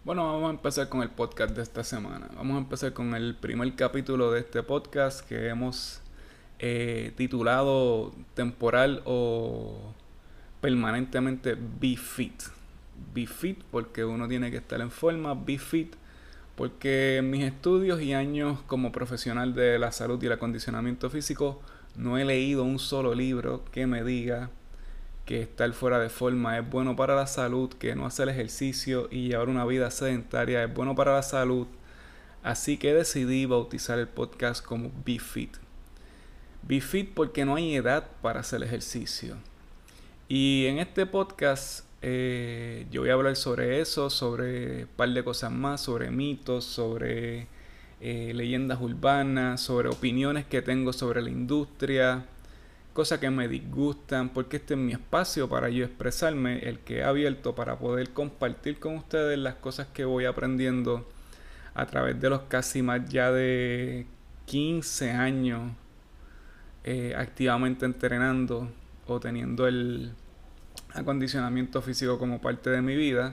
Bueno, vamos a empezar con el podcast de esta semana. Vamos a empezar con el primer capítulo de este podcast que hemos titulado temporal o permanentemente Be Fit. Be Fit porque uno tiene que estar en forma, Be Fit porque en mis estudios y años como profesional de la salud y el acondicionamiento físico no he leído un solo libro que me diga que estar fuera de forma es bueno para la salud, que no hacer ejercicio y llevar una vida sedentaria es bueno para la salud. Así que decidí bautizar el podcast como Be Fit. Be Fit porque no hay edad para hacer ejercicio. Y en este podcast yo voy a hablar sobre eso, sobre un par de cosas más, sobre mitos, sobre leyendas urbanas, sobre opiniones que tengo sobre la industria, cosas que me disgustan, porque este es mi espacio para yo expresarme, el que he abierto para poder compartir con ustedes las cosas que voy aprendiendo a través de los casi más ya de 15 años activamente entrenando o teniendo el acondicionamiento físico como parte de mi vida.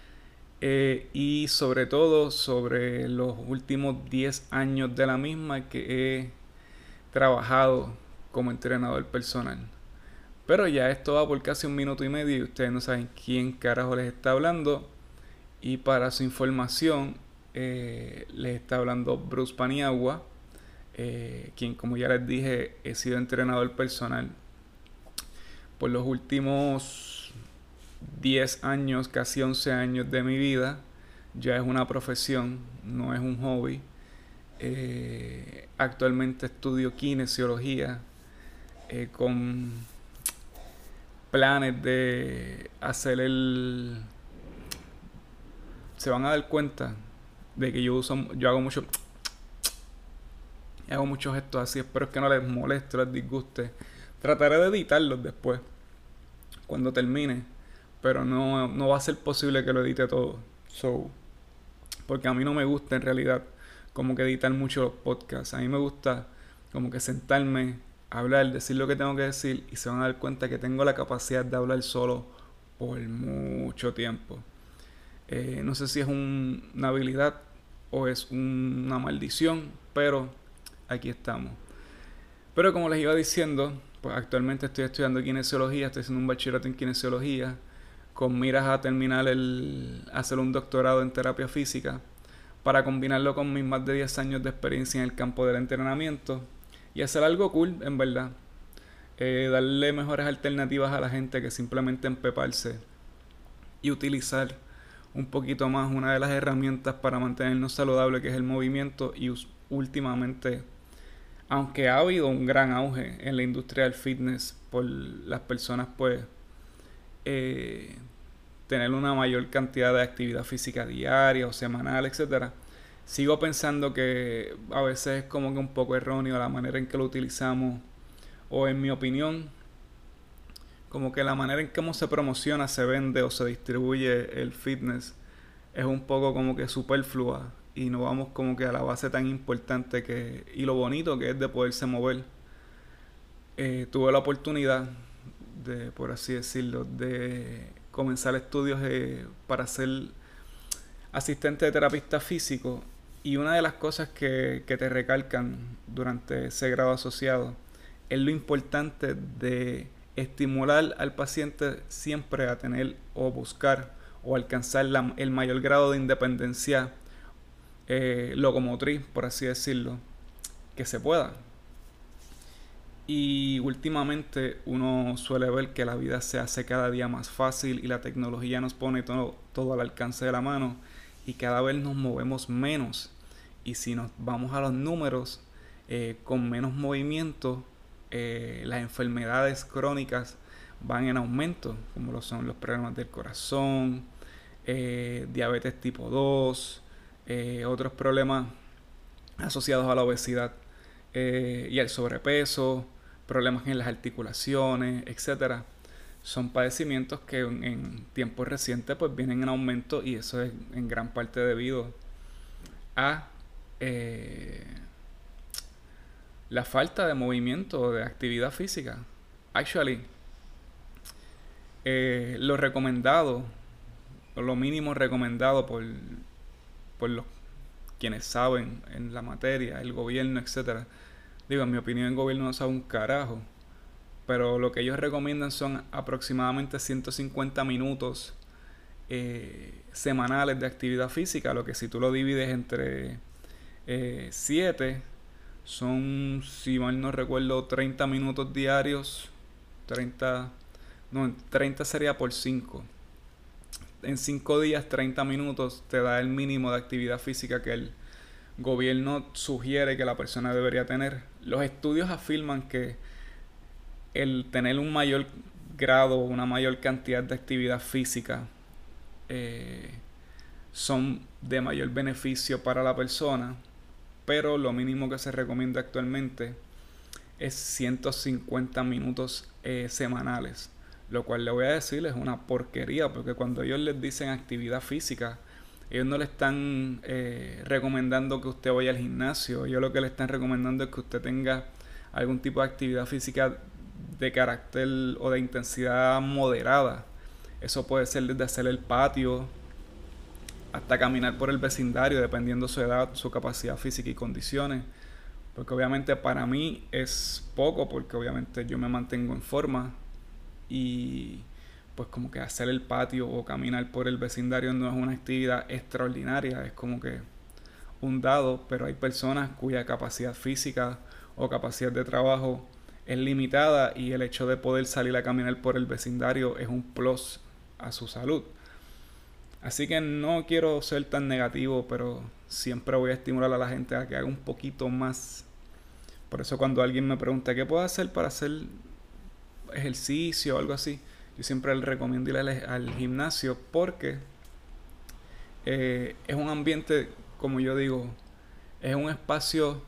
Y sobre todo sobre los últimos 10 años de la misma que he trabajado como entrenador personal. Pero ya esto va por casi un minuto y medio y ustedes no saben quién carajo les está hablando. Y para su información, les está hablando Bruce Paniagua, quien como ya les dije he sido entrenador personal por los últimos 10 años, casi 11 años de mi vida. Ya es una profesión, no es un hobby. Actualmente estudio kinesiología con planes de hacer el... Se van a dar cuenta de que yo hago muchos gestos así. Espero que no les moleste, les disguste. Trataré de editarlos después, cuando termine, pero no va a ser posible que lo edite todo. Porque a mí no me gusta en realidad como que editar mucho los podcasts. A mí me gusta como que sentarme, hablar, decir lo que tengo que decir y se van a dar cuenta que tengo la capacidad de hablar solo por mucho tiempo. No sé si es una habilidad o es una maldición, pero aquí estamos. Pero como les iba diciendo, pues actualmente estoy estudiando kinesiología, estoy haciendo un bachillerato en kinesiología con miras a terminar hacer un doctorado en terapia física para combinarlo con mis más de 10 años de experiencia en el campo del entrenamiento y hacer algo cool, en verdad. Darle mejores alternativas a la gente que simplemente empeparse y utilizar un poquito más una de las herramientas para mantenernos saludables, que es el movimiento. Y últimamente, aunque ha habido un gran auge en la industria del fitness por las personas pues eh, tener una mayor cantidad de actividad física diaria o semanal, etcétera, sigo pensando que a veces es como que un poco erróneo la manera en que lo utilizamos, o en mi opinión, como que la manera en cómo se promociona, se vende o se distribuye el fitness es un poco como que superflua y no vamos como que a la base tan importante que y lo bonito que es de poderse mover. Tuve la oportunidad de, por así decirlo, de comenzar estudios para ser asistente de terapista físico, y una de las cosas que te recalcan durante ese grado asociado es lo importante de estimular al paciente siempre a tener o buscar o alcanzar el mayor grado de independencia locomotriz, por así decirlo, que se pueda. Y últimamente uno suele ver que la vida se hace cada día más fácil y la tecnología nos pone todo al alcance de la mano y cada vez nos movemos menos. Y si nos vamos a los números, con menos movimiento, las enfermedades crónicas van en aumento, como lo son los problemas del corazón, diabetes tipo 2, otros problemas asociados a la obesidad y al sobrepeso, problemas en las articulaciones, etcétera. Son padecimientos que en tiempos recientes pues vienen en aumento, y eso es en gran parte debido a eh, la falta de movimiento o de actividad física. Actually, lo recomendado lo mínimo recomendado por los quienes saben en la materia, el gobierno, etcétera. Digo, en mi opinión el gobierno no sabe un carajo, pero lo que ellos recomiendan son aproximadamente 150 minutos semanales de actividad física, lo que si tú lo divides entre 7, son, si mal no recuerdo, 30 minutos diarios. 30 no, 30 sería por 5. En 5 días, 30 minutos te da el mínimo de actividad física que el gobierno sugiere que la persona debería tener. Los estudios afirman que el tener un mayor grado, una mayor cantidad de actividad física eh, son de mayor beneficio para la persona, pero lo mínimo que se recomienda actualmente es 150 minutos semanales, lo cual le voy a decir es una porquería, porque cuando ellos les dicen actividad física, ellos no le están recomendando que usted vaya al gimnasio, ellos lo que le están recomendando es que usted tenga algún tipo de actividad física de carácter o de intensidad moderada. Eso puede ser desde hacer el patio hasta caminar por el vecindario, dependiendo su edad, su capacidad física y condiciones. Porque obviamente para mí es poco, porque obviamente yo me mantengo en forma y pues como que hacer el patio o caminar por el vecindario no es una actividad extraordinaria, es como que un dado, pero hay personas cuya capacidad física o capacidad de trabajo es limitada y el hecho de poder salir a caminar por el vecindario es un plus a su salud. Así que no quiero ser tan negativo, pero siempre voy a estimular a la gente a que haga un poquito más. Por eso cuando alguien me pregunta qué puedo hacer para hacer ejercicio o algo así, yo siempre le recomiendo ir al gimnasio, porque es un ambiente, como yo digo, es un espacio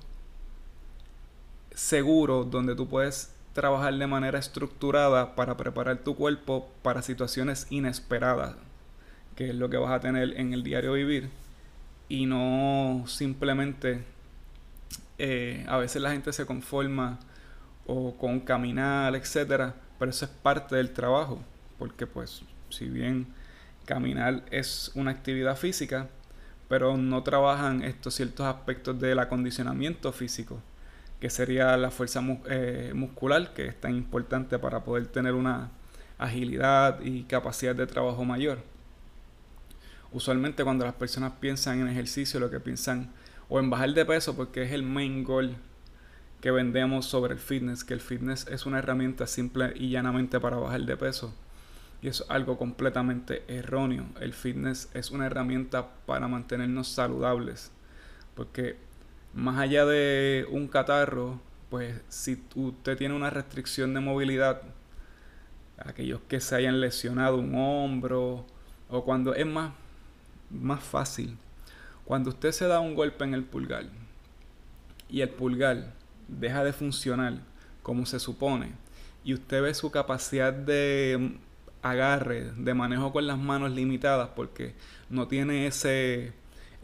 seguro donde tú puedes trabajar de manera estructurada para preparar tu cuerpo para situaciones inesperadas, que es lo que vas a tener en el diario vivir, y no simplemente a veces la gente se conforma o con caminar, etcétera, pero eso es parte del trabajo, porque pues si bien caminar es una actividad física, pero no trabajan estos ciertos aspectos del acondicionamiento físico, que sería la fuerza muscular, que es tan importante para poder tener una agilidad y capacidad de trabajo mayor. Usualmente cuando las personas piensan en ejercicio, lo que piensan o en bajar de peso, porque es el main goal que vendemos sobre el fitness, que el fitness es una herramienta simple y llanamente para bajar de peso. Y eso es algo completamente erróneo. El fitness es una herramienta para mantenernos saludables, porque más allá de un catarro, pues si usted tiene una restricción de movilidad, aquellos que se hayan lesionado un hombro, o cuando es más fácil, cuando usted se da un golpe en el pulgar y el pulgar deja de funcionar como se supone, y usted ve su capacidad de agarre, de manejo con las manos limitadas, porque no tiene ese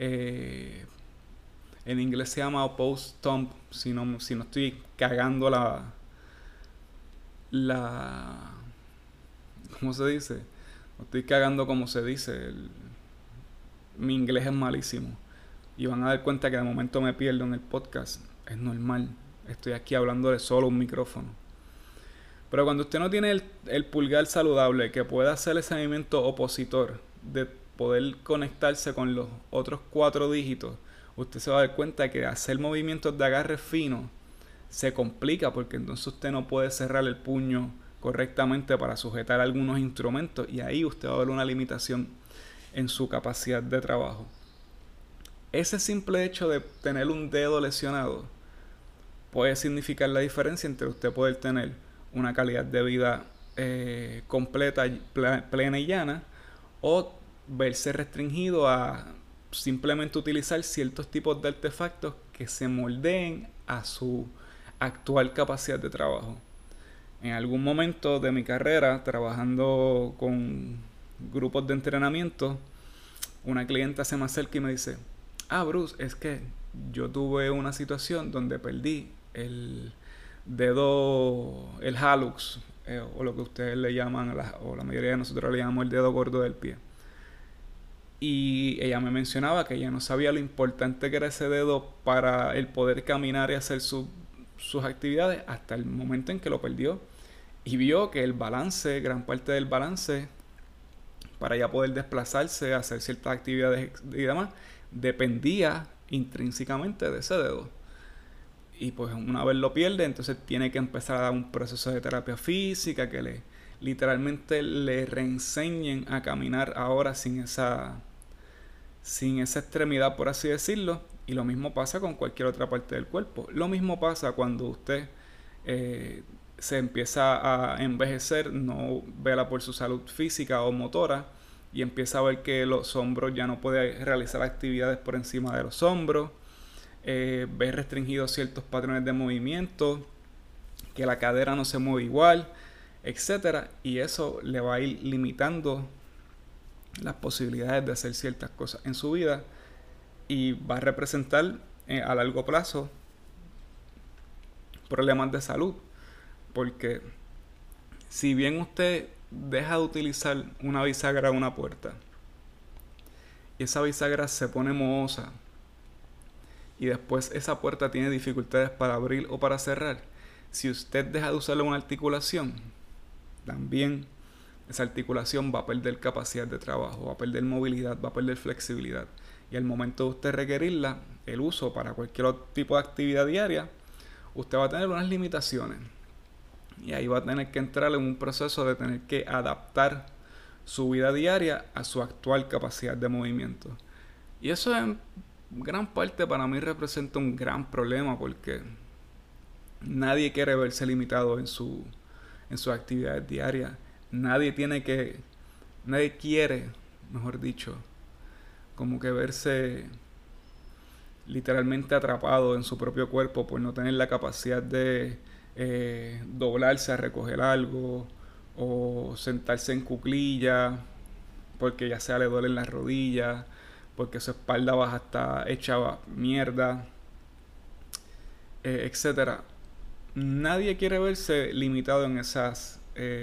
en inglés se llama post thumb, si no estoy cagando la ¿cómo se dice? No estoy cagando como se dice. Mi inglés es malísimo. Y van a dar cuenta que de momento me pierdo en el podcast. Es normal. Estoy aquí hablando de solo un micrófono. Pero cuando usted no tiene el pulgar saludable que pueda hacer ese movimiento opositor de poder conectarse con los otros 4 dígitos, usted se va a dar cuenta que hacer movimientos de agarre fino se complica, porque entonces usted no puede cerrar el puño correctamente para sujetar algunos instrumentos, y ahí usted va a ver una limitación en su capacidad de trabajo. Ese simple hecho de tener un dedo lesionado puede significar la diferencia entre usted poder tener una calidad de vida completa, plena y llana, o verse restringido a simplemente utilizar ciertos tipos de artefactos que se moldeen a su actual capacidad de trabajo. En algún momento de mi carrera, trabajando con grupos de entrenamiento, una clienta se me acerca y me dice: Bruce, es que yo tuve una situación donde perdí el dedo, el hallux, o lo que ustedes le llaman, o la mayoría de nosotros le llamamos el dedo gordo del pie. Y ella me mencionaba que ella no sabía lo importante que era ese dedo para el poder caminar y hacer sus actividades hasta el momento en que lo perdió. Y vio que el balance, gran parte del balance, para ella poder desplazarse, hacer ciertas actividades y demás, dependía intrínsecamente de ese dedo. Y pues una vez lo pierde, entonces tiene que empezar a dar un proceso de terapia física que literalmente le reenseñen a caminar ahora sin esa extremidad, por así decirlo. Y lo mismo pasa con cualquier otra parte del cuerpo. Lo mismo pasa cuando usted se empieza a envejecer, no vela por su salud física o motora, y empieza a ver que los hombros ya no puede realizar actividades por encima de los hombros, ve restringidos ciertos patrones de movimiento, que la cadera no se mueve igual, etcétera, y eso le va a ir limitando las posibilidades de hacer ciertas cosas en su vida y va a representar a largo plazo problemas de salud, porque si bien usted deja de utilizar una bisagra o una puerta y esa bisagra se pone mohosa y después esa puerta tiene dificultades para abrir o para cerrar, si usted deja de usarla en una articulación, también esa articulación va a perder capacidad de trabajo, va a perder movilidad, va a perder flexibilidad. Y al momento de usted requerirla, el uso para cualquier otro tipo de actividad diaria, usted va a tener unas limitaciones. Y ahí va a tener que entrar en un proceso de tener que adaptar su vida diaria a su actual capacidad de movimiento. Y eso en gran parte para mí representa un gran problema porque nadie quiere verse limitado en sus actividades diarias. Nadie quiere, mejor dicho, como que verse literalmente atrapado en su propio cuerpo por no tener la capacidad de doblarse a recoger algo o sentarse en cuclilla porque ya sea le duelen las rodillas, porque su espalda baja está hecha mierda, etcétera. Nadie quiere verse limitado en esas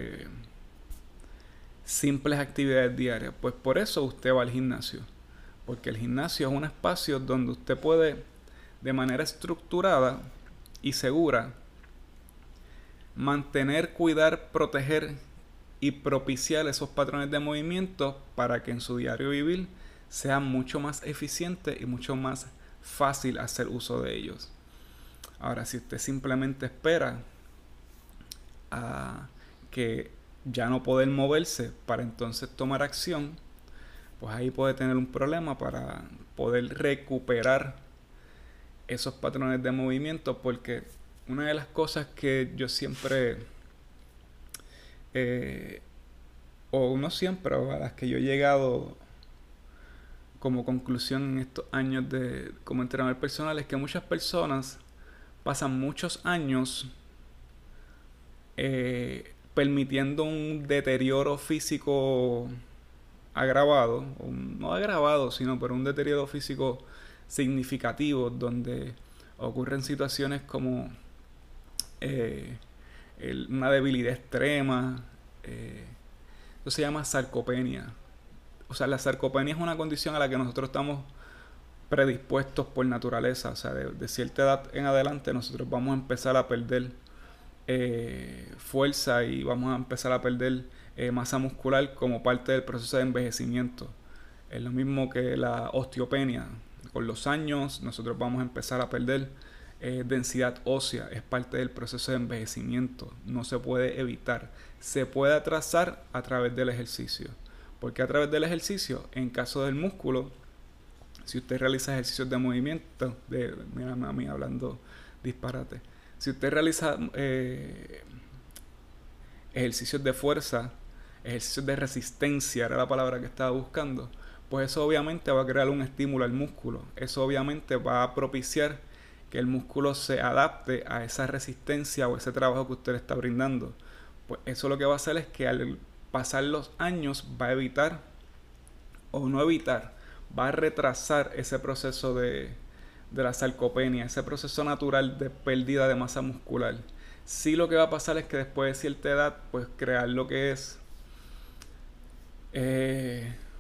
simples actividades diarias. Pues por eso usted va al gimnasio. Porque el gimnasio es un espacio donde usted puede, de manera estructurada y segura, mantener, cuidar, proteger y propiciar esos patrones de movimiento para que en su diario vivir sea mucho más eficiente y mucho más fácil hacer uso de ellos. Ahora, si usted simplemente espera a que ya no poder moverse para entonces tomar acción, pues ahí puede tener un problema para poder recuperar esos patrones de movimiento, porque una de las cosas que yo siempre o no siempre, o a las que yo he llegado como conclusión en estos años de como entrenador personal, es que muchas personas pasan muchos años permitiendo un deterioro físico agravado, o no agravado, sino por un deterioro físico significativo, donde ocurren situaciones como una debilidad extrema, eso se llama sarcopenia. O sea, la sarcopenia es una condición a la que nosotros estamos predispuestos por naturaleza. O sea, de cierta edad en adelante nosotros vamos a empezar a perder fuerza y vamos a empezar a perder masa muscular como parte del proceso de envejecimiento. Es lo mismo que la osteopenia. Con los años nosotros vamos a empezar a perder densidad ósea. Es parte del proceso de envejecimiento. No se puede evitar. Se puede atrasar a través del ejercicio. Porque a través del ejercicio, en caso del músculo, si usted realiza ejercicios de movimiento, mira a mí hablando disparate, si usted realiza ejercicios de fuerza, ejercicios de resistencia, era la palabra que estaba buscando, pues eso obviamente va a crear un estímulo al músculo. Eso obviamente va a propiciar que el músculo se adapte a esa resistencia o ese trabajo que usted le está brindando. Pues eso lo que va a hacer es que al pasar los años va a evitar, o no evitar, va a retrasar ese proceso de la sarcopenia, ese proceso natural de pérdida de masa muscular. Sí, lo que va a pasar es que después de cierta edad, pues crear lo que es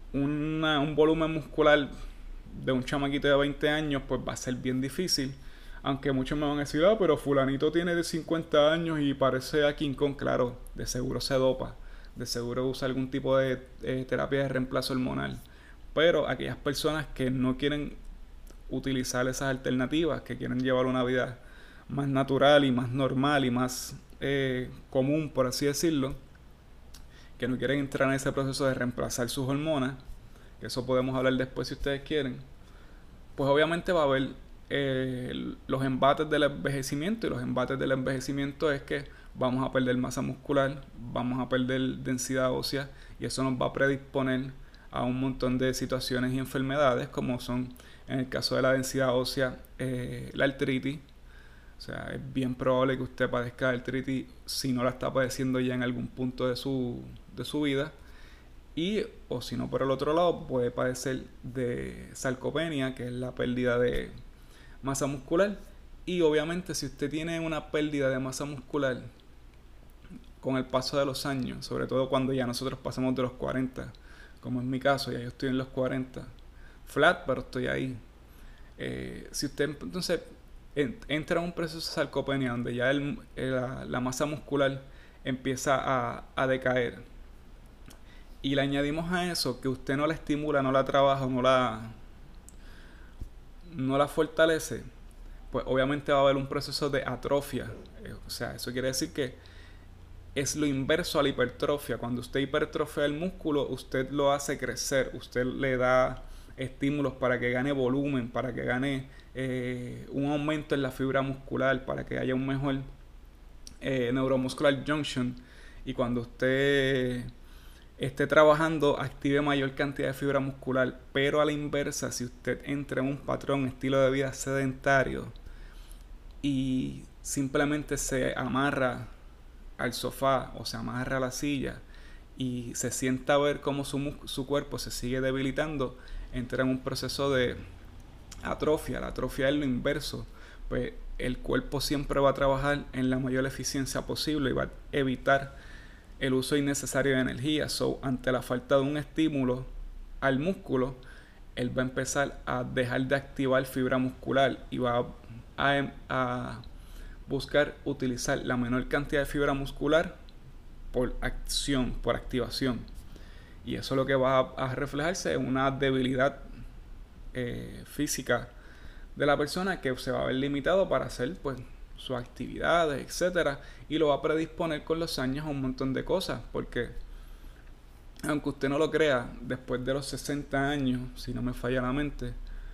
un volumen muscular de un chamaquito de 20 años, pues va a ser bien difícil. Aunque muchos me van a decir, pero fulanito tiene de 50 años y parece a King Kong. Claro, de seguro se dopa, de seguro usa algún tipo de terapia de reemplazo hormonal. Pero aquellas personas que no quieren utilizar esas alternativas, que quieren llevar una vida más natural y más normal y más común, por así decirlo, que no quieren entrar en ese proceso de reemplazar sus hormonas, que eso podemos hablar después si ustedes quieren, pues obviamente va a haber los embates del envejecimiento, y los embates del envejecimiento es que vamos a perder masa muscular, vamos a perder densidad ósea, y eso nos va a predisponer a un montón de situaciones y enfermedades, como son, en el caso de la densidad ósea, la artritis. O sea, es bien probable que usted padezca de artritis si no la está padeciendo ya en algún punto de su vida. Y, o si no, por el otro lado, puede padecer de sarcopenia, que es la pérdida de masa muscular. Y obviamente, si usted tiene una pérdida de masa muscular con el paso de los años, sobre todo cuando ya nosotros pasamos de los 40, como en mi caso, ya yo estoy en los 40, flat, pero estoy ahí. Si usted entonces entra en un proceso de sarcopenia donde ya la masa muscular empieza a decaer, y le añadimos a eso que usted no la estimula, no la trabaja, no la fortalece, pues obviamente va a haber un proceso de atrofia. O sea, eso quiere decir que es lo inverso a la hipertrofia. Cuando usted hipertrofia el músculo, usted lo hace crecer, usted le da estímulos para que gane volumen, para que gane un aumento en la fibra muscular, para que haya un mejor neuromuscular junction, y cuando usted esté trabajando active mayor cantidad de fibra muscular. Pero a la inversa, si usted entra en un patrón estilo de vida sedentario y simplemente se amarra al sofá o se amarra a la silla y se sienta a ver cómo su cuerpo se sigue debilitando, entra en un proceso de atrofia. La atrofia es lo inverso, pues el cuerpo siempre va a trabajar en la mayor eficiencia posible y va a evitar el uso innecesario de energía. So, ante la falta de un estímulo al músculo, él va a empezar a dejar de activar fibra muscular y va a buscar utilizar la menor cantidad de fibra muscular por acción, por activación. Y eso lo que va a reflejarse en una debilidad física de la persona, que se va a ver limitado para hacer pues sus actividades, etcétera, y lo va a predisponer con los años a un montón de cosas, porque aunque usted no lo crea, después de los 60 años, si no me falla la mente,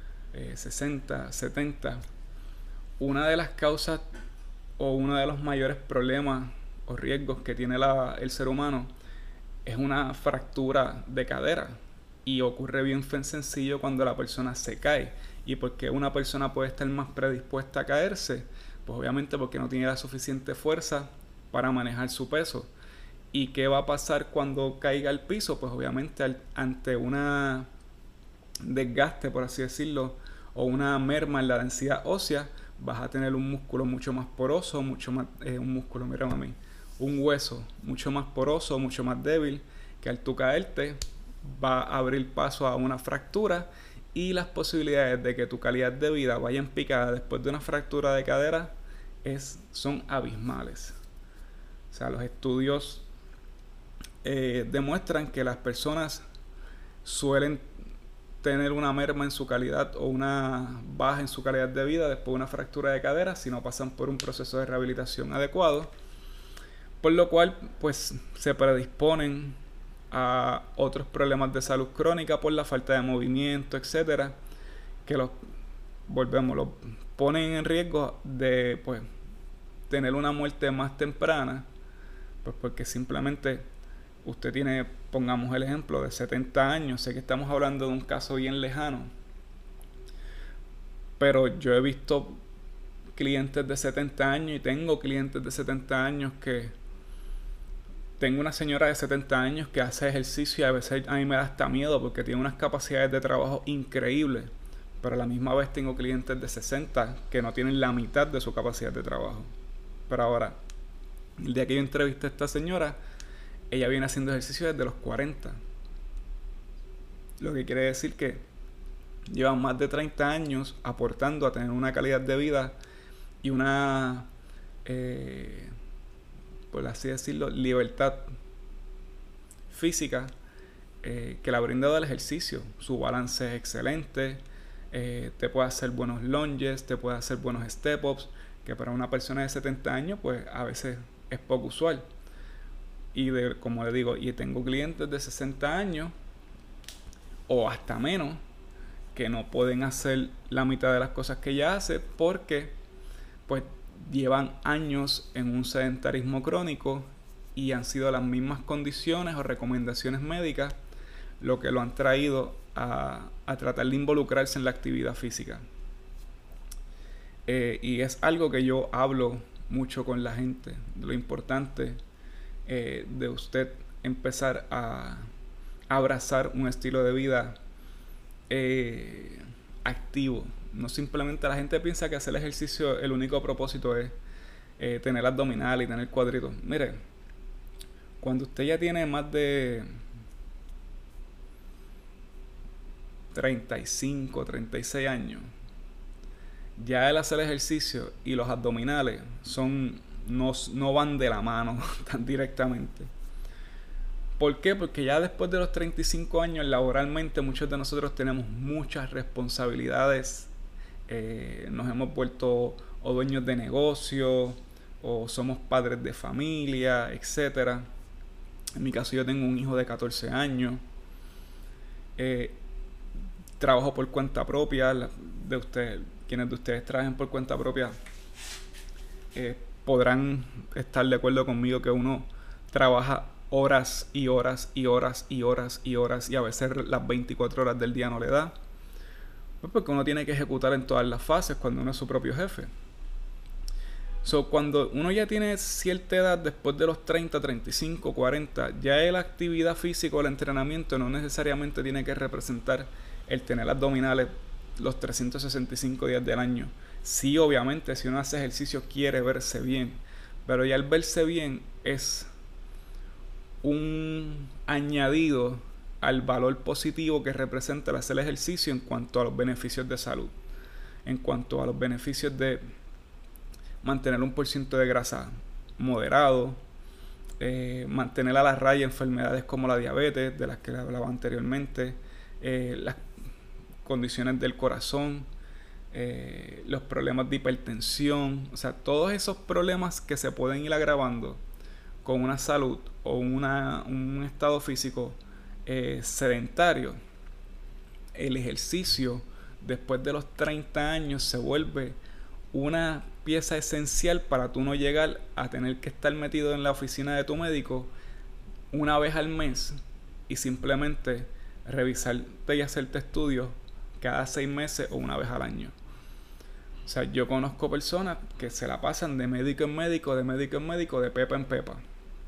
60, 70, una de las causas o uno de los mayores problemas o riesgos que tiene el ser humano es una fractura de cadera, y ocurre bien sencillo cuando la persona se cae. ¿Y por qué una persona puede estar más predispuesta a caerse? Pues obviamente porque no tiene la suficiente fuerza para manejar su peso. ¿Y qué va a pasar cuando caiga al piso? Pues obviamente ante una desgaste, por así decirlo, o una merma en la densidad ósea, vas a tener un músculo mucho más poroso, mucho más, un hueso mucho más poroso, mucho más débil, que al tú caerte va a abrir paso a una fractura, y las posibilidades de que tu calidad de vida vaya en picada después de una fractura de cadera son abismales. O sea, los estudios demuestran que las personas suelen tener una merma en su calidad o una baja en su calidad de vida después de una fractura de cadera si no pasan por un proceso de rehabilitación adecuado, por lo cual pues se predisponen a otros problemas de salud crónica por la falta de movimiento, etcétera, que los ponen en riesgo de pues tener una muerte más temprana, pues porque simplemente usted tiene, pongamos el ejemplo de 70 años, sé que estamos hablando de un caso bien lejano, pero yo he visto clientes de 70 años y tengo clientes de 70 años que tengo una señora de 70 años que hace ejercicio y a veces a mí me da hasta miedo porque tiene unas capacidades de trabajo increíbles, pero a la misma vez tengo clientes de 60 que no tienen la mitad de su capacidad de trabajo. Pero ahora, el día que yo entrevisté a esta señora, ella viene haciendo ejercicio desde los 40. lo que quiere decir que llevan más de 30 años aportando a tener una calidad de vida y una, por así decirlo, libertad física que le ha brindado el ejercicio. Su balance es excelente, te puede hacer buenos lunges, te puede hacer buenos step-ups, que para una persona de 70 años pues a veces es poco usual. Y como le digo, y tengo clientes de 60 años o hasta menos que no pueden hacer la mitad de las cosas que ella hace porque pues llevan años en un sedentarismo crónico y han sido las mismas condiciones o recomendaciones médicas lo que lo han traído a tratar de involucrarse en la actividad física. Y es algo que yo hablo mucho con la gente, de lo importante de usted empezar a abrazar un estilo de vida activo. No simplemente la gente piensa que hacer ejercicio el único propósito es tener abdominal y tener cuadritos. Mire, cuando usted ya tiene más de 35, 36 años, ya el hacer ejercicio y los abdominales no van de la mano tan directamente. ¿Por qué? Porque ya después de los 35 años laboralmente muchos de nosotros tenemos muchas responsabilidades. Nos hemos vuelto o dueños de negocio o somos padres de familia, etcétera. En mi caso yo tengo un hijo de 14 años. Trabajo por cuenta propia. Quienes de ustedes trabajen por cuenta propia podrán estar de acuerdo conmigo que uno trabaja horas y horas y horas y horas y horas y a veces las 24 horas del día no le da. Pues porque uno tiene que ejecutar en todas las fases cuando uno es su propio jefe. Cuando uno ya tiene cierta edad, después de los 30, 35, 40, ya la actividad física o el entrenamiento no necesariamente tiene que representar el tener abdominales los 365 días del año. Sí, obviamente, si uno hace ejercicio quiere verse bien, pero ya el verse bien es un añadido al valor positivo que representa el hacer ejercicio en cuanto a los beneficios de salud, en cuanto a los beneficios de mantener un % de grasa moderado, mantener a la raya enfermedades como la diabetes, de las que le hablaba anteriormente, las condiciones del corazón, los problemas de hipertensión, o sea, todos esos problemas que se pueden ir agravando con una salud o un estado físico sedentario. El ejercicio después de los 30 años se vuelve una pieza esencial para tú no llegar a tener que estar metido en la oficina de tu médico una vez al mes y simplemente revisarte y hacerte estudios cada 6 meses o una vez al año. O sea, yo conozco personas que se la pasan de médico en médico, de médico en médico, de pepa en pepa.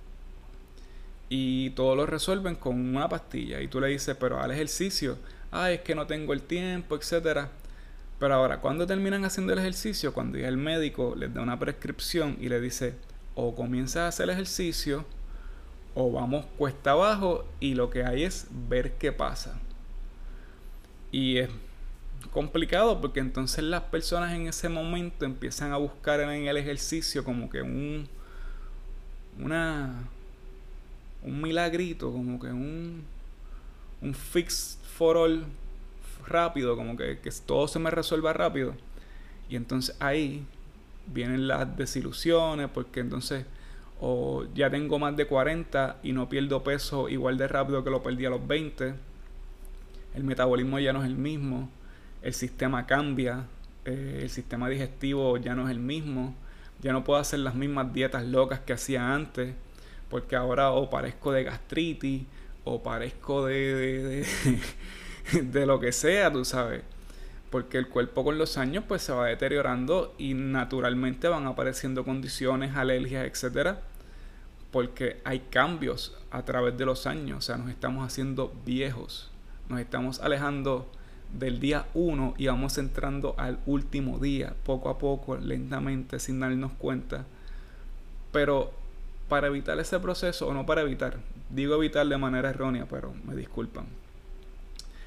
Y todo lo resuelven con una pastilla. Y tú le dices, pero al ejercicio, es que no tengo el tiempo, etcétera. Pero ahora, ¿cuándo terminan haciendo el ejercicio? Cuando ya el médico les da una prescripción y le dice, o comienzas a hacer ejercicio, o vamos cuesta abajo, y lo que hay es ver qué pasa. Y es complicado porque entonces las personas en ese momento empiezan a buscar en el ejercicio como que un milagrito, como que un fix for all rápido, como que todo se me resuelva rápido. Y entonces ahí vienen las desilusiones, porque entonces o ya tengo más de 40 y no pierdo peso igual de rápido que lo perdí a los 20. El metabolismo ya no es el mismo, el sistema cambia, el sistema digestivo ya no es el mismo, ya no puedo hacer las mismas dietas locas que hacía antes, porque ahora o parezco de gastritis o parezco de lo que sea, tú sabes, porque el cuerpo con los años pues se va deteriorando y naturalmente van apareciendo condiciones, alergias, etcétera, porque hay cambios a través de los años. O sea, nos estamos haciendo viejos, nos estamos alejando del día 1 y vamos entrando al último día, poco a poco, lentamente, sin darnos cuenta. Pero para evitar ese proceso, o no para evitar, digo evitar de manera errónea, pero me disculpan,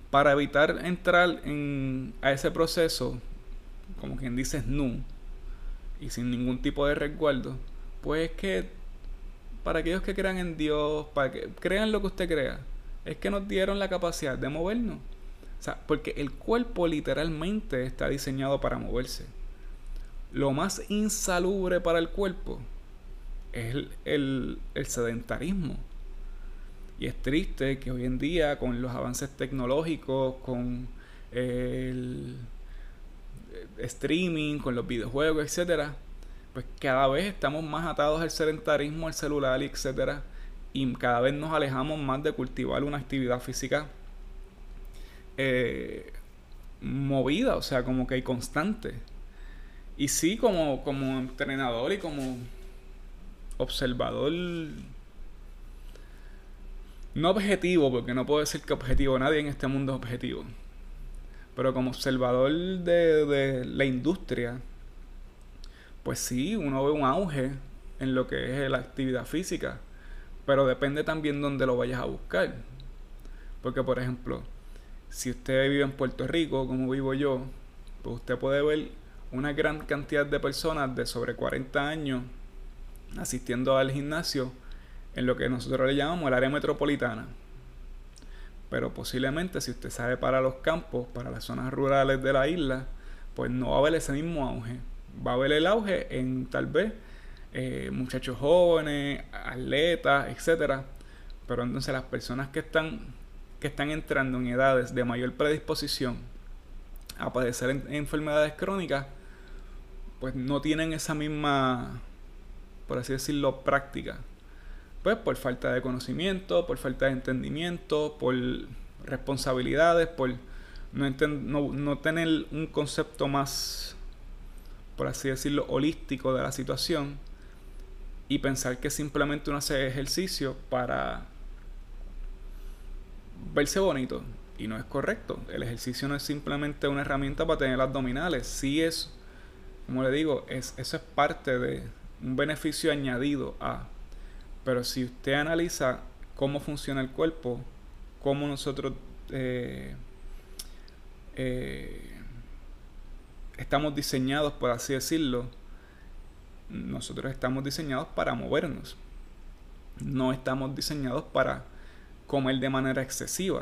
Para evitar entrar a ese proceso, como quien dice, nu, y sin ningún tipo de resguardo, pues es que para aquellos que crean en Dios, para que crean lo que usted crea, es que nos dieron la capacidad de movernos. O sea, porque el cuerpo literalmente está diseñado para moverse. Lo más insalubre para el cuerpo es el sedentarismo. Y es triste que hoy en día, con los avances tecnológicos, con el streaming, con los videojuegos, etcétera, pues cada vez estamos más atados al sedentarismo, al celular, etcétera, y cada vez nos alejamos más de cultivar una actividad física movida, o sea, como que hay constante. Y sí, como entrenador y como observador, no objetivo, porque no puedo decir que objetivo, nadie en este mundo es objetivo, pero como observador de la industria, pues sí, uno ve un auge en lo que es la actividad física, pero depende también dónde lo vayas a buscar. Porque, por ejemplo, si usted vive en Puerto Rico, como vivo yo, pues usted puede ver una gran cantidad de personas de sobre 40 años asistiendo al gimnasio en lo que nosotros le llamamos el área metropolitana. Pero posiblemente si usted sale para los campos, para las zonas rurales de la isla, pues no va a haber ese mismo auge. Va a haber el auge en tal vez muchachos jóvenes, atletas, etcétera. Pero entonces las personas que están entrando en edades de mayor predisposición a padecer enfermedades crónicas, pues no tienen esa misma, por así decirlo, práctica. Pues por falta de conocimiento, por falta de entendimiento, por responsabilidades, por no tener un concepto más, por así decirlo, holístico de la situación, y pensar que simplemente uno hace ejercicio para verse bonito. Y no es correcto. El ejercicio no es simplemente una herramienta para tener abdominales. Sí es, como le digo, eso es parte de un beneficio añadido a. Pero si usted analiza cómo funciona el cuerpo, cómo nosotros estamos diseñados, por así decirlo, nosotros estamos diseñados para movernos. No estamos diseñados para comer de manera excesiva.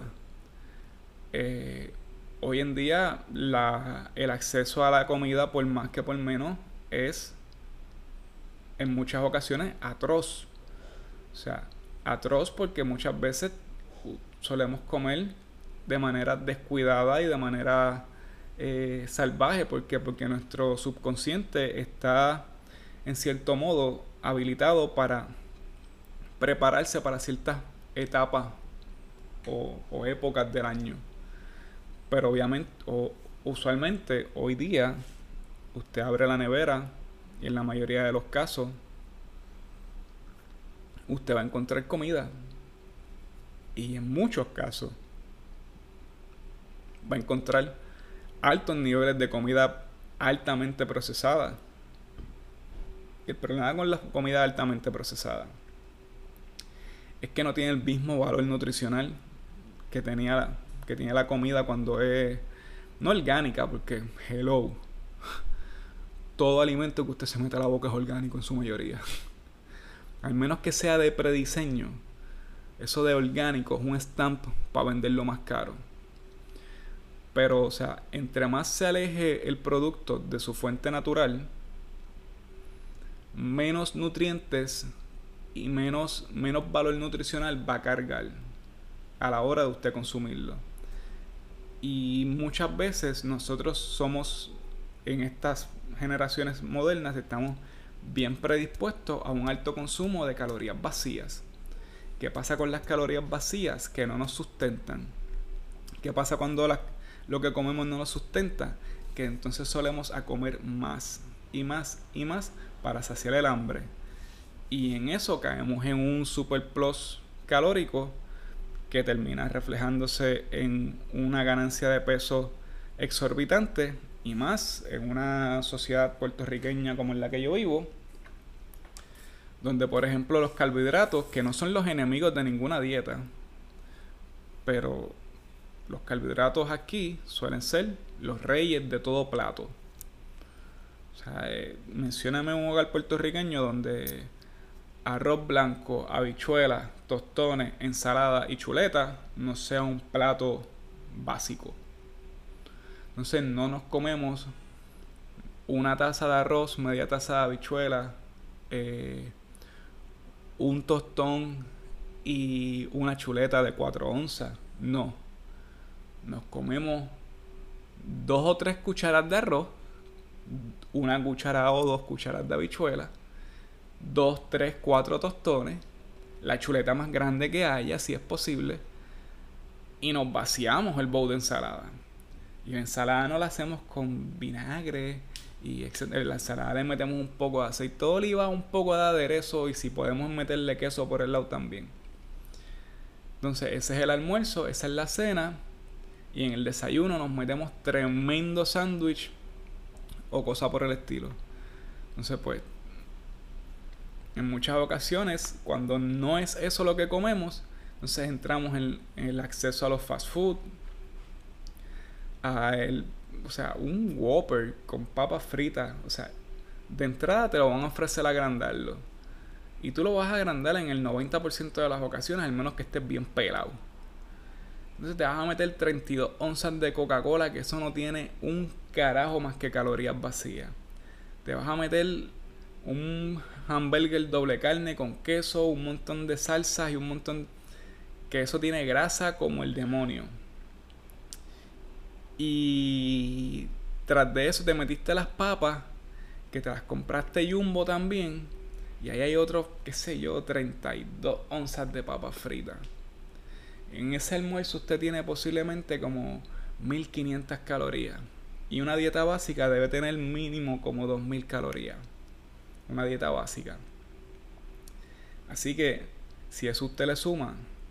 Hoy en día el acceso a la comida, por más que por menos, es en muchas ocasiones atroz. O sea, atroz porque muchas veces solemos comer de manera descuidada y de manera salvaje. ¿Por qué? Porque nuestro subconsciente está en cierto modo habilitado para prepararse para ciertas etapas o épocas del año. Pero obviamente, usualmente, hoy día, usted abre la nevera y en la mayoría de los casos, usted va a encontrar comida. Y en muchos casos, va a encontrar altos niveles de comida altamente procesada. Y el problema con la comida altamente procesada es que no tiene el mismo valor nutricional que tiene la comida cuando es no orgánica, porque hello, todo alimento que usted se mete a la boca es orgánico en su mayoría. Al menos que sea de prediseño, eso de orgánico es un stamp para venderlo más caro. Pero, o sea, entre más se aleje el producto de su fuente natural, menos nutrientes y menos valor nutricional va a cargar a la hora de usted consumirlo. Y muchas veces nosotros somos, en estas generaciones modernas, estamos bien predispuestos a un alto consumo de calorías vacías. ¿Qué pasa con las calorías vacías? Que no nos sustentan. ¿Qué pasa cuando lo que comemos no nos sustenta? Que entonces solemos a comer más y más y más para saciar el hambre. Y en eso caemos en un superplus calórico que termina reflejándose en una ganancia de peso exorbitante, y más en una sociedad puertorriqueña como en la que yo vivo, donde por ejemplo los carbohidratos, que no son los enemigos de ninguna dieta, pero los carbohidratos aquí suelen ser los reyes de todo plato. O sea, mencióname un hogar puertorriqueño donde arroz blanco, habichuelas, tostones, ensalada y chuleta no sea un plato básico. Entonces no nos comemos una taza de arroz, media taza de habichuelas, un tostón y una chuleta de 4 onzas. No. Nos comemos 2 o 3 cucharadas de arroz, una cucharada o 2 cucharadas de habichuelas, 2, 3, 4 tostones, la chuleta más grande que haya, si es posible, y nos vaciamos el bowl de ensalada. Y la ensalada no la hacemos con vinagre, y en la ensalada le metemos un poco de aceite de oliva, un poco de aderezo, y si podemos meterle queso por el lado también. Entonces ese es el almuerzo, esa es la cena, y en el desayuno nos metemos tremendo sándwich o cosa por el estilo. Entonces pues, en muchas ocasiones, cuando no es eso lo que comemos, entonces entramos en el acceso a los fast food, o sea, un Whopper con papas fritas. O sea, de entrada te lo van a ofrecer agrandarlo. Y tú lo vas a agrandar en el 90% de las ocasiones, al menos que estés bien pelado. Entonces te vas a meter 32 onzas de Coca-Cola, que eso no tiene un carajo más que calorías vacías. Te vas a meter un hamburger doble carne con queso, un montón de salsas y un montón... que eso tiene grasa como el demonio. Y tras de eso te metiste las papas, que te las compraste Jumbo también. Y ahí hay otros, qué sé yo, 32 onzas de papas fritas. En ese almuerzo usted tiene posiblemente como 1500 calorías. Y una dieta básica debe tener mínimo como 2000 calorías. Una dieta básica. Así que, si eso usted le suma,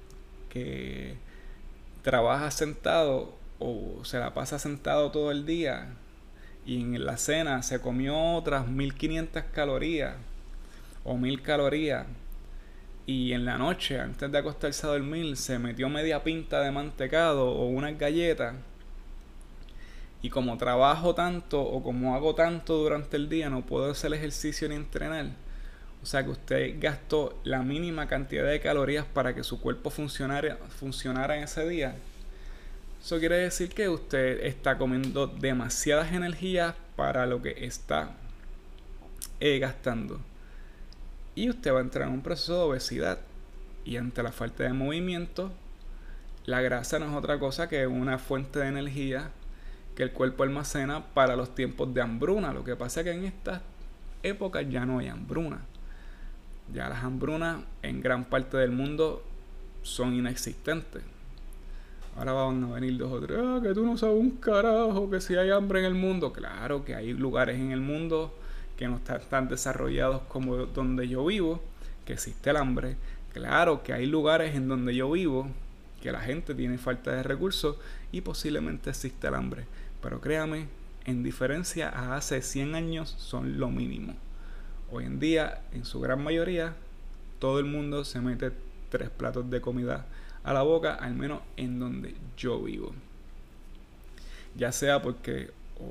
que trabaja sentado o se la pasa sentado todo el día y en la cena se comió otras 1500 calorías o 1000 calorías y en la noche antes de acostarse a dormir se metió media pinta de mantecado o unas galletas, y como trabajo tanto o como hago tanto durante el día no puedo hacer ejercicio ni entrenar, o sea que usted gastó la mínima cantidad de calorías para que su cuerpo funcionara en ese día. Eso quiere decir que usted está comiendo demasiadas energías para lo que está gastando. Y usted va a entrar en un proceso de obesidad. Y ante la falta de movimiento, la grasa no es otra cosa que una fuente de energía que el cuerpo almacena para los tiempos de hambruna. Lo que pasa es que en estas épocas ya no hay hambruna. Ya las hambrunas en gran parte del mundo son inexistentes. Ahora van a venir 2 o 3, que tú no sabes un carajo, que si hay hambre en el mundo. Claro que hay lugares en el mundo que no están tan desarrollados como donde yo vivo, que existe el hambre. Claro que hay lugares en donde yo vivo que la gente tiene falta de recursos y posiblemente existe el hambre. Pero créame, en diferencia a hace 100 años son lo mínimo. Hoy en día, en su gran mayoría, todo el mundo se mete 3 platos de comida a la boca, al menos en donde yo vivo. Ya sea porque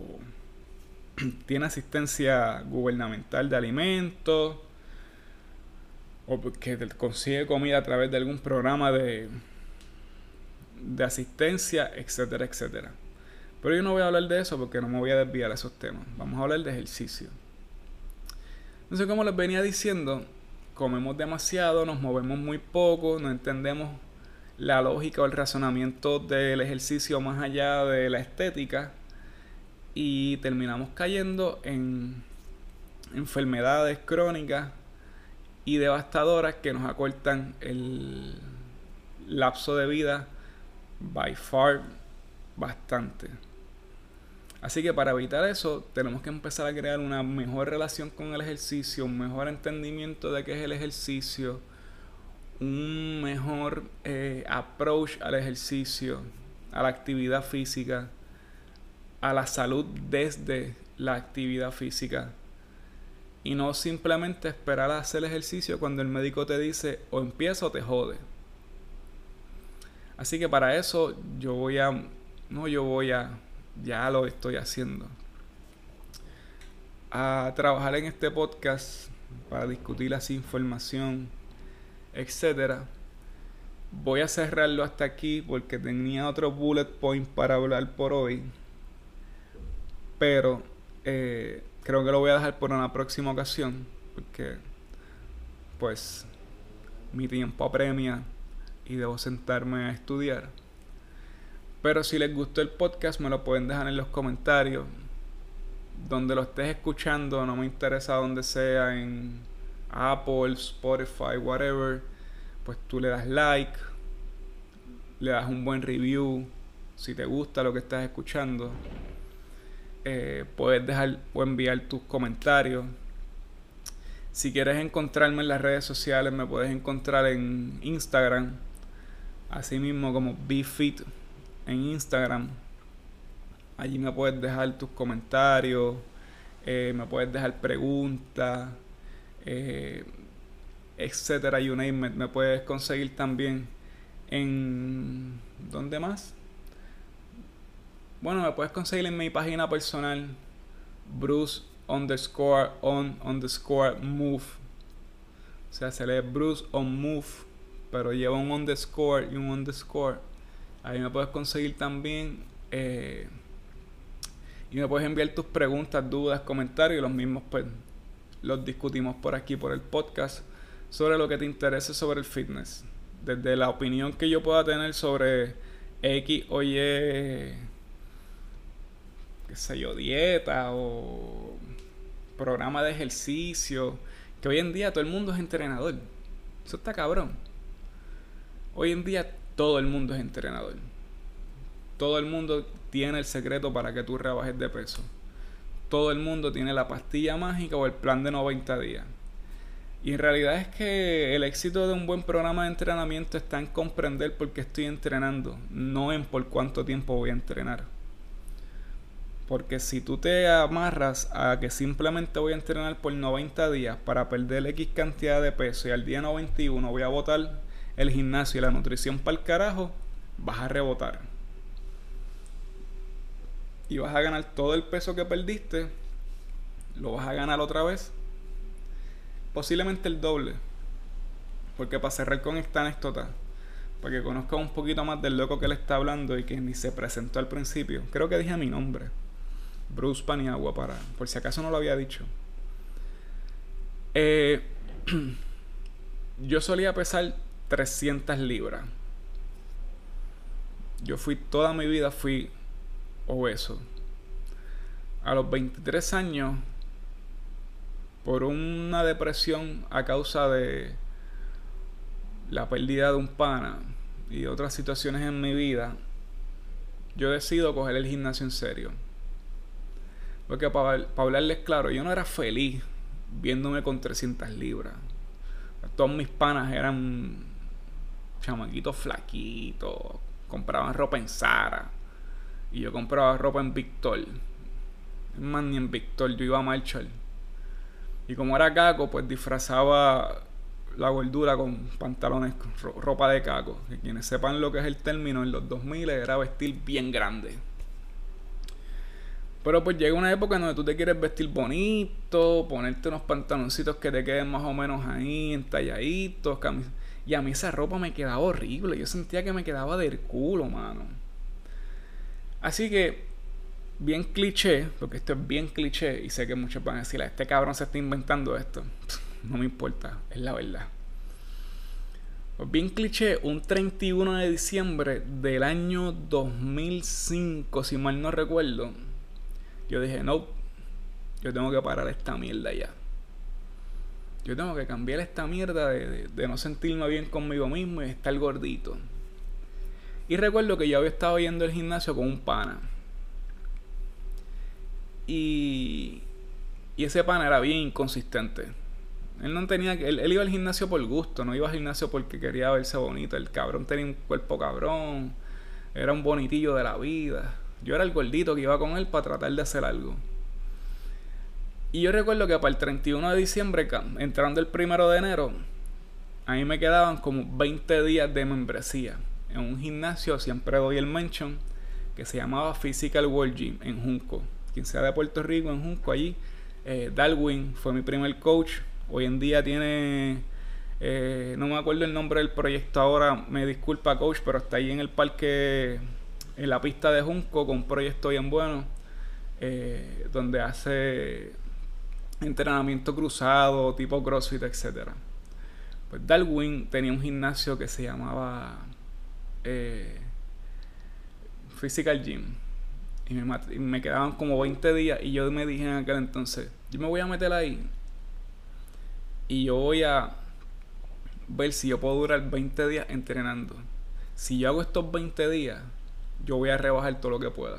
tiene asistencia gubernamental de alimentos, o porque consigue comida a través de algún programa de asistencia, etcétera, etcétera. Pero yo no voy a hablar de eso porque no me voy a desviar a esos temas. Vamos a hablar de ejercicio. Entonces, como les venía diciendo, comemos demasiado, nos movemos muy poco, no entendemos la lógica o el razonamiento del ejercicio más allá de la estética y terminamos cayendo en enfermedades crónicas y devastadoras que nos acortan el lapso de vida by far bastante. Así que para evitar eso tenemos que empezar a crear una mejor relación con el ejercicio, un mejor entendimiento de qué es el ejercicio, un mejor approach al ejercicio, a la actividad física, a la salud desde la actividad física, y no simplemente esperar a hacer ejercicio cuando el médico te dice o empieza o te jode. Así que para eso ya lo estoy haciendo, a trabajar en este podcast para discutir así información, etcétera. Voy a cerrarlo hasta aquí porque tenía otro bullet point para hablar por hoy, pero creo que lo voy a dejar por una próxima ocasión porque pues mi tiempo apremia y debo sentarme a estudiar. Pero si les gustó el podcast me lo pueden dejar en los comentarios. Donde lo estés escuchando, no me interesa donde sea, en Apple, Spotify, whatever, pues tú le das like, le das un buen review si te gusta lo que estás escuchando. Puedes dejar o enviar tus comentarios. Si quieres encontrarme en las redes sociales, me puedes encontrar en Instagram, así mismo como BeFit en Instagram. Allí me puedes dejar tus comentarios, me puedes dejar preguntas, etcétera, you name it. Me puedes conseguir también en... ¿dónde más? Bueno, me puedes conseguir en mi página personal, Bruce_on_move. O sea, se lee Bruce on Move, pero lleva un underscore y un underscore. Ahí me puedes conseguir también. Y me puedes enviar tus preguntas, dudas, comentarios. Y los mismos pues los discutimos por aquí, por el podcast, sobre lo que te interese sobre el fitness. Desde la opinión que yo pueda tener sobre X o Y, qué sé yo, dieta o programa de ejercicio. Que hoy en día todo el mundo es entrenador. Eso está cabrón. Hoy en día todo el mundo es entrenador. Todo el mundo tiene el secreto para que tú rebajes de peso. Todo el mundo tiene la pastilla mágica o el plan de 90 días. Y en realidad es que el éxito de un buen programa de entrenamiento está en comprender por qué estoy entrenando, no en por cuánto tiempo voy a entrenar. Porque si tú te amarras a que simplemente voy a entrenar por 90 días para perder X cantidad de peso y al día 91 voy a botar el gimnasio y la nutrición para el carajo, vas a rebotar. Y vas a ganar todo el peso que perdiste, lo vas a ganar otra vez, posiblemente el doble. Porque para cerrar con esta anécdota, para que conozcan un poquito más del loco que le está hablando y que ni se presentó al principio, creo que dije mi nombre, Bruce Paniagua, por si acaso no lo había dicho. Yo solía pesar 300 libras. Toda mi vida fui obeso. A los 23 años, por una depresión a causa de la pérdida de un pana y otras situaciones en mi vida, yo decido coger el gimnasio en serio. Porque para hablarles claro, yo no era feliz viéndome con 300 libras. Todos mis panas eran chamaquitos flaquitos, compraban ropa en Zara y yo compraba ropa en Victor. Es más, ni en Victor, yo iba a Marshall. Y como era caco, pues disfrazaba la gordura con pantalones, ropa de caco. Que quienes sepan lo que es el término, en los 2000 era vestir bien grande. Pero pues llega una época en donde tú te quieres vestir bonito, ponerte unos pantaloncitos que te queden más o menos ahí, entalladitos, y a mí esa ropa me quedaba horrible. Yo sentía que me quedaba del culo, mano. Así que, bien cliché, porque esto es bien cliché, y sé que muchos van a decir, este cabrón se está inventando esto. No me importa, es la verdad. Pues bien cliché, un 31 de diciembre del año 2005, si mal no recuerdo, yo dije, no, yo tengo que parar esta mierda ya. Yo tengo que cambiar esta mierda de no sentirme bien conmigo mismo y estar gordito. Y recuerdo que yo había estado yendo al gimnasio con un pana. Y ese pana era bien inconsistente. Él iba al gimnasio por gusto, no iba al gimnasio porque quería verse bonito. El cabrón tenía un cuerpo cabrón, era un bonitillo de la vida. Yo era el gordito que iba con él para tratar de hacer algo. Y yo recuerdo que para el 31 de diciembre, entrando el 1 de enero, a mí me quedaban como 20 días de membresía en un gimnasio, siempre doy el mention, que se llamaba Physical World Gym en Junco. Quien sea de Puerto Rico, en Junco, allí. Darwin fue mi primer coach. Hoy en día tiene... no me acuerdo el nombre del proyecto ahora, me disculpa coach, pero está ahí en el parque, en la pista de Junco, con un proyecto bien bueno, donde hace entrenamiento cruzado, tipo CrossFit, etcétera. Pues Darwin tenía un gimnasio que se llamaba Physical Gym. Y me quedaban como 20 días. Y yo me dije en aquel entonces, yo me voy a meter ahí. Y yo voy a ver si yo puedo durar 20 días entrenando. Si yo hago estos 20 días, yo voy a rebajar todo lo que pueda.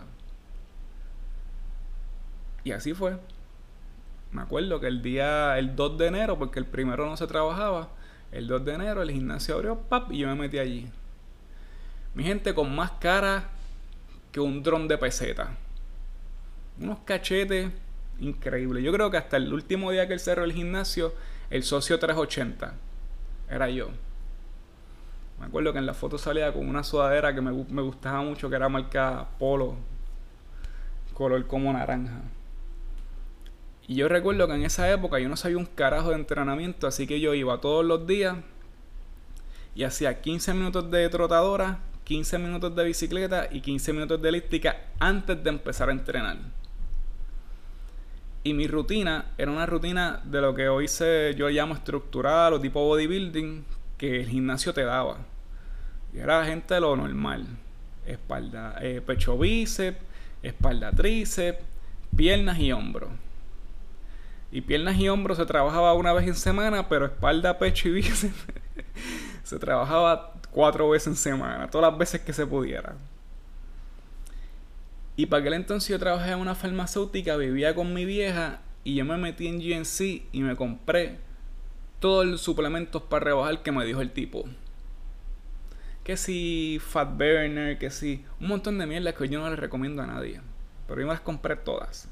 Y así fue. Me acuerdo que el 2 de enero, porque el primero no se trabajaba, el 2 de enero el gimnasio abrió, ¡pap! Y yo me metí allí. Mi gente, con más cara que un dron de peseta. Unos cachetes increíbles. Yo creo que hasta el último día que él cerró el gimnasio, el socio 380 era yo. Me acuerdo que en la foto salía con una sudadera que me gustaba mucho, que era marca Polo, color como naranja. Y yo recuerdo que en esa época yo no sabía un carajo de entrenamiento, así que yo iba todos los días y hacía 15 minutos de trotadora, 15 minutos de bicicleta y 15 minutos de elíptica antes de empezar a entrenar. Y mi rutina era una rutina de lo que hoy yo llamo estructural o tipo bodybuilding, que el gimnasio te daba. Y era gente de lo normal. Espalda, pecho bíceps, espalda tríceps, piernas y hombros. Y piernas y hombros se trabajaba una vez en semana, pero espalda, pecho y bíceps se trabajaba 4 veces en semana, todas las veces que se pudiera. Y para aquel entonces yo trabajaba en una farmacéutica, vivía con mi vieja y yo me metí en GNC y me compré todos los suplementos para rebajar que me dijo el tipo. Que si Fat Burner, que si un montón de mierdas que yo no les recomiendo a nadie. Pero yo me las compré todas.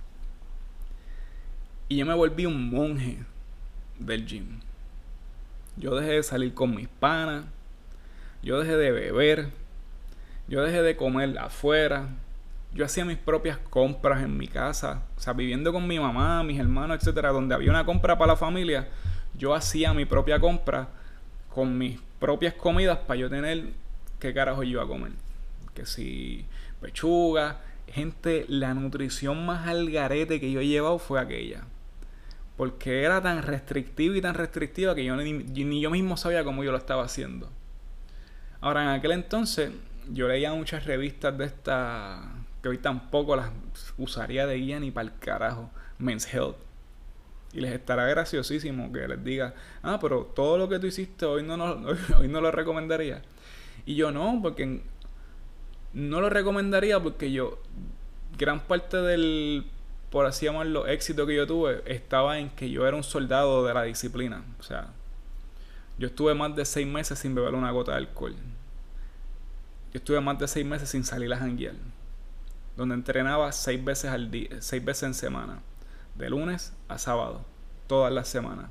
Y yo me volví un monje del gym. Yo dejé de salir con mis panas. Yo dejé de beber. Yo dejé de comer afuera. Yo hacía mis propias compras en mi casa. O sea, viviendo con mi mamá, mis hermanos, etcétera. Donde había una compra para la familia, yo hacía mi propia compra con mis propias comidas para yo tener qué carajo yo iba a comer. Que si pechuga. Gente, la nutrición más al garete que yo he llevado fue aquella. Porque era tan restrictiva y tan restrictiva que yo ni yo mismo sabía cómo yo lo estaba haciendo. Ahora, en aquel entonces, yo leía muchas revistas de estas que hoy tampoco las usaría de guía ni para el carajo. Men's Health. Y les estará graciosísimo que les diga, pero todo lo que tú hiciste hoy no lo recomendaría. Y yo no, porque no lo recomendaría porque yo, gran parte del, por así llamarlo, éxito que yo tuve estaba en que yo era un soldado de la disciplina. O sea, yo estuve más de 6 meses sin beber una gota de alcohol. Yo estuve más de 6 meses sin salir a janguear, donde entrenaba 6 veces al día, 6 veces en semana, de lunes a sábado, todas las semanas.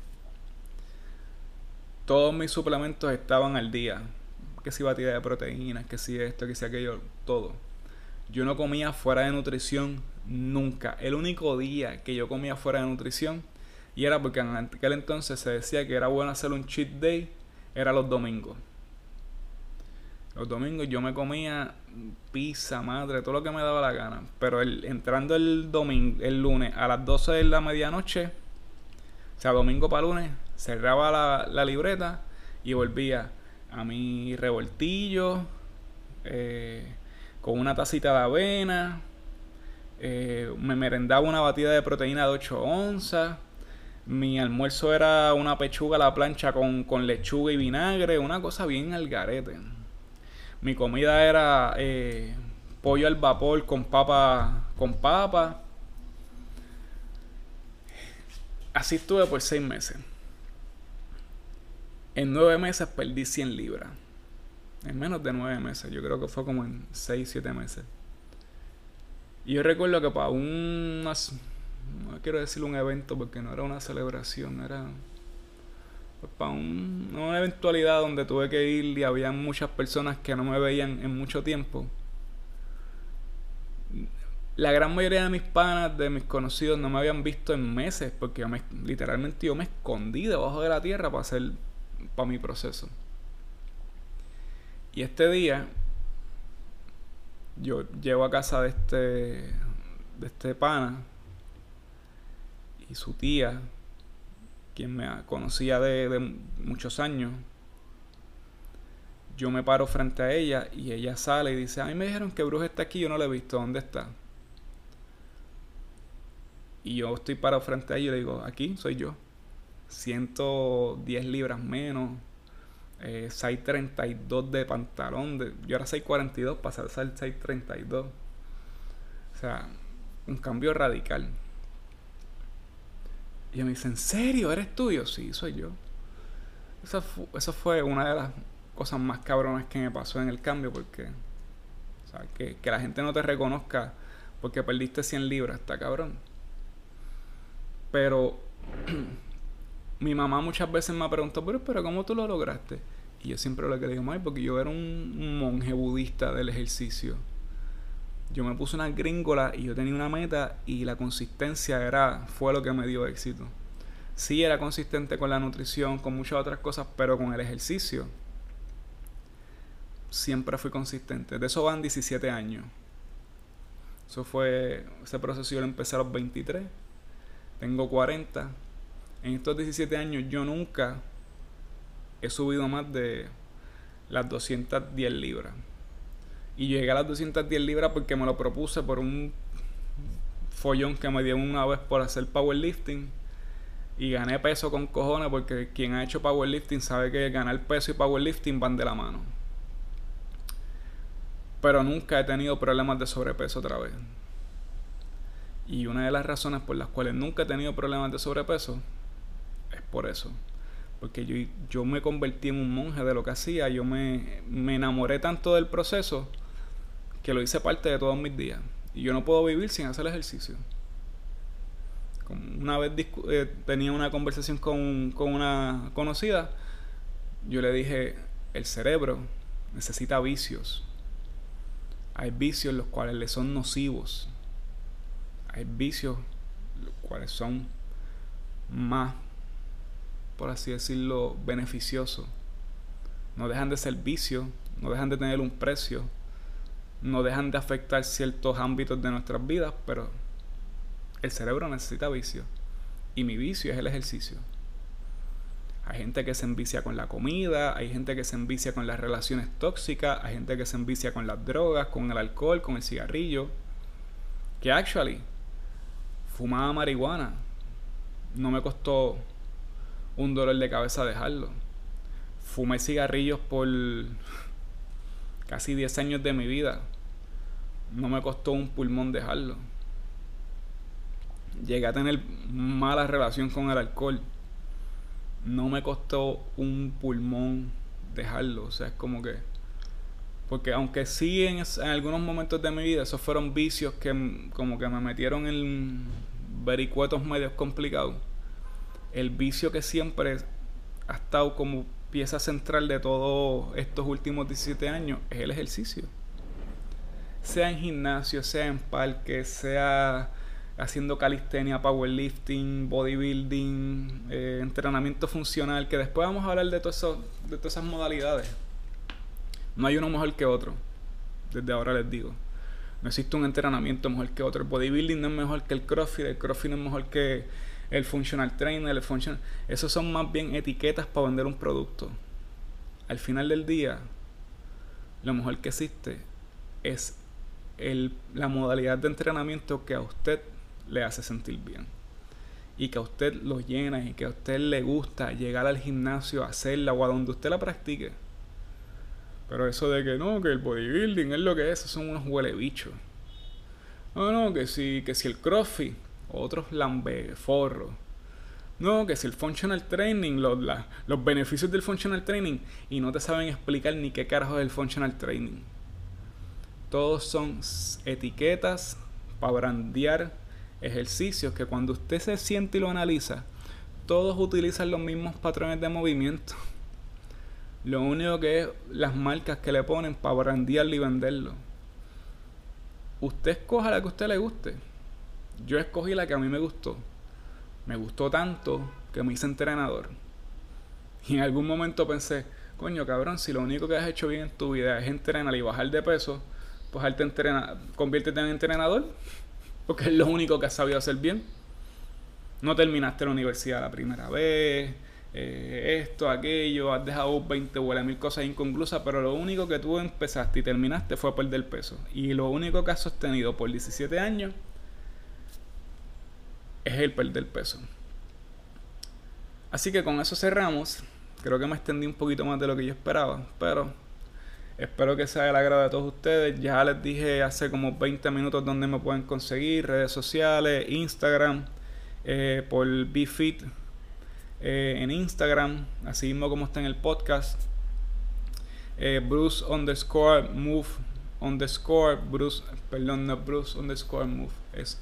Todos mis suplementos estaban al día. Que si batida de proteínas, que si esto, que si aquello, todo. Yo no comía fuera de nutrición nunca. El único día que yo comía fuera de nutrición, y era porque en aquel entonces se decía que era bueno hacer un cheat day, era los domingos. Los domingos yo me comía pizza, madre, todo lo que me daba la gana. Pero entrando el lunes a las 12 de la medianoche, o sea, domingo para lunes, cerraba la libreta y volvía a mi revoltillo, con una tacita de avena, me merendaba una batida de proteína de 8 onzas. Mi almuerzo era una pechuga a la plancha con lechuga y vinagre, una cosa bien al garete. Mi comida era pollo al vapor con papa. Así estuve por 6 meses. En 9 meses perdí 100 libras. En menos de 9 meses. Yo creo que fue como en 6, 7 meses. Y yo recuerdo que para no quiero decir un evento porque no era una celebración, era pues, para una eventualidad donde tuve que ir y había muchas personas que no me veían en mucho tiempo. La gran mayoría de mis panas, de mis conocidos, no me habían visto en meses porque literalmente yo me escondí debajo de la tierra para mi proceso. Y este día yo llego a casa de este pana y su tía, quien me conocía de muchos años. Yo me paro frente a ella y ella sale y dice: a mí me dijeron que Bruja está aquí, yo no la he visto, ¿dónde está? Y yo estoy parado frente a ella y le digo: aquí soy yo. 110 libras menos, 6'32 de pantalón. Yo era 6'42, pasar a ser 6'32. O sea, un cambio radical. Y ella me dice: ¿en serio? ¿Eres tuyo? Sí, soy yo. Eso fue una de las cosas más cabronas que me pasó en el cambio, porque, o sea, que la gente no te reconozca porque perdiste 100 libras, está cabrón. Pero mi mamá muchas veces me ha preguntado: pero ¿cómo tú lo lograste? Y yo siempre le digo: mami, porque yo era un monje budista del ejercicio. Yo me puse una gringola y yo tenía una meta, y la consistencia fue lo que me dio éxito. Sí, era consistente con la nutrición, con muchas otras cosas, pero con el ejercicio siempre fui consistente. De eso van 17 años. Ese proceso yo lo empecé a los 23. Tengo 40. En estos 17 años yo nunca he subido más de las 210 libras. Y llegué a las 210 libras porque me lo propuse por un follón que me dio una vez por hacer powerlifting. Y gané peso con cojones, porque quien ha hecho powerlifting sabe que ganar peso y powerlifting van de la mano. Pero nunca he tenido problemas de sobrepeso otra vez. Y una de las razones por las cuales nunca he tenido problemas de sobrepeso es por eso. Porque yo me convertí en un monje de lo que hacía. Yo me enamoré tanto del proceso que lo hice parte de todos mis días. Y yo no puedo vivir sin hacer ejercicio. Una vez tenía una conversación con una conocida. Yo le dije: el cerebro necesita vicios. Hay vicios los cuales le son nocivos. Hay vicios los cuales son más, por así decirlo, beneficiosos. No dejan de ser vicios, no dejan de tener un precio, no dejan de afectar ciertos ámbitos de nuestras vidas, pero el cerebro necesita vicio. Y mi vicio es el ejercicio. Hay gente que se envicia con la comida, hay gente que se envicia con las relaciones tóxicas, hay gente que se envicia con las drogas, con el alcohol, con el cigarrillo. Que actually, fumaba marihuana. No me costó un dolor de cabeza dejarlo. Fumé cigarrillos por casi 10 años de mi vida. No me costó un pulmón dejarlo. Llegué a tener mala relación con el alcohol. No me costó un pulmón dejarlo. O sea, es como que... Porque aunque sí en algunos momentos de mi vida esos fueron vicios que como que me metieron en vericuetos medios complicados, el vicio que siempre ha estado como pieza central de todos estos últimos 17 años es el ejercicio. Sea en gimnasio, sea en parque, sea haciendo calistenia, powerlifting, bodybuilding, entrenamiento funcional, que después vamos a hablar de todas esas modalidades. No hay uno mejor que otro. Desde ahora les digo. No existe un entrenamiento mejor que otro. El bodybuilding no es mejor que el CrossFit. El CrossFit no es mejor que el functional trainer. Esos son más bien etiquetas para vender un producto. Al final del día, lo mejor que existe es la modalidad de entrenamiento que a usted le hace sentir bien. Y que a usted lo llena y que a usted le gusta llegar al gimnasio a hacerla o a donde usted la practique. Pero eso de que no, que el bodybuilding es lo que es, son unos huelebichos. No, que si el CrossFit, otros lambeforros. No, que si el functional training, los beneficios del functional training, y no te saben explicar ni qué carajo es el functional training. Todos son etiquetas para brandear ejercicios que cuando usted se siente y lo analiza, todos utilizan los mismos patrones de movimiento. Lo único que es las marcas que le ponen para brandearlo y venderlo. Usted escoja la que a usted le guste. Yo escogí la que a mí me gustó. Me gustó tanto que me hice entrenador. Y en algún momento pensé, coño cabrón, si lo único que has hecho bien en tu vida es entrenar y bajar de peso, pues conviértete en entrenador. Porque es lo único que has sabido hacer bien. No terminaste la universidad la primera vez, esto, aquello, has dejado 20 o 1000 cosas inconclusas, pero lo único que tú empezaste y terminaste fue perder peso. Y lo único que has sostenido por 17 años es el perder peso. Así que con eso cerramos. Creo que me extendí un poquito más de lo que yo esperaba, pero espero que sea del agrado de todos ustedes. Ya les dije hace como 20 minutos dónde me pueden conseguir, redes sociales, Instagram, por BeFit en Instagram, así mismo como está en el podcast, Bruce_Move Bruce, perdón, no es Bruce_Move, es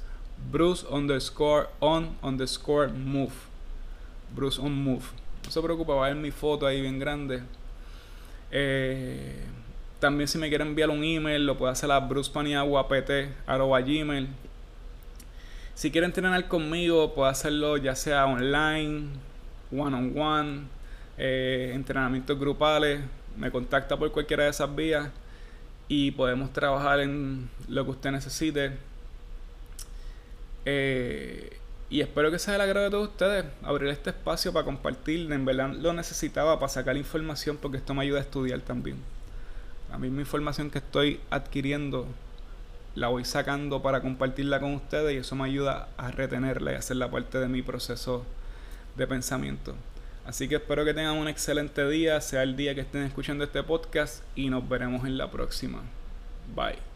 Bruce_on_move, Bruce on Move. No se preocupa, va a ver mi foto ahí bien grande. También si me quieren enviar un email, lo puede hacer a brucepaniaguapt@gmail. Si quieren entrenar conmigo, puede hacerlo ya sea online, one-on-one, entrenamientos grupales. Me contacta por cualquiera de esas vías y podemos trabajar en lo que usted necesite. Y espero que sea del agrado de todos ustedes. Abrir este espacio para compartir. En verdad lo necesitaba para sacar información, porque esto me ayuda a estudiar también. La misma información que estoy adquiriendo la voy sacando para compartirla con ustedes, y eso me ayuda a retenerla y hacerla parte de mi proceso de pensamiento. Así que espero que tengan un excelente día, sea el día que estén escuchando este podcast, y nos veremos en la próxima. Bye.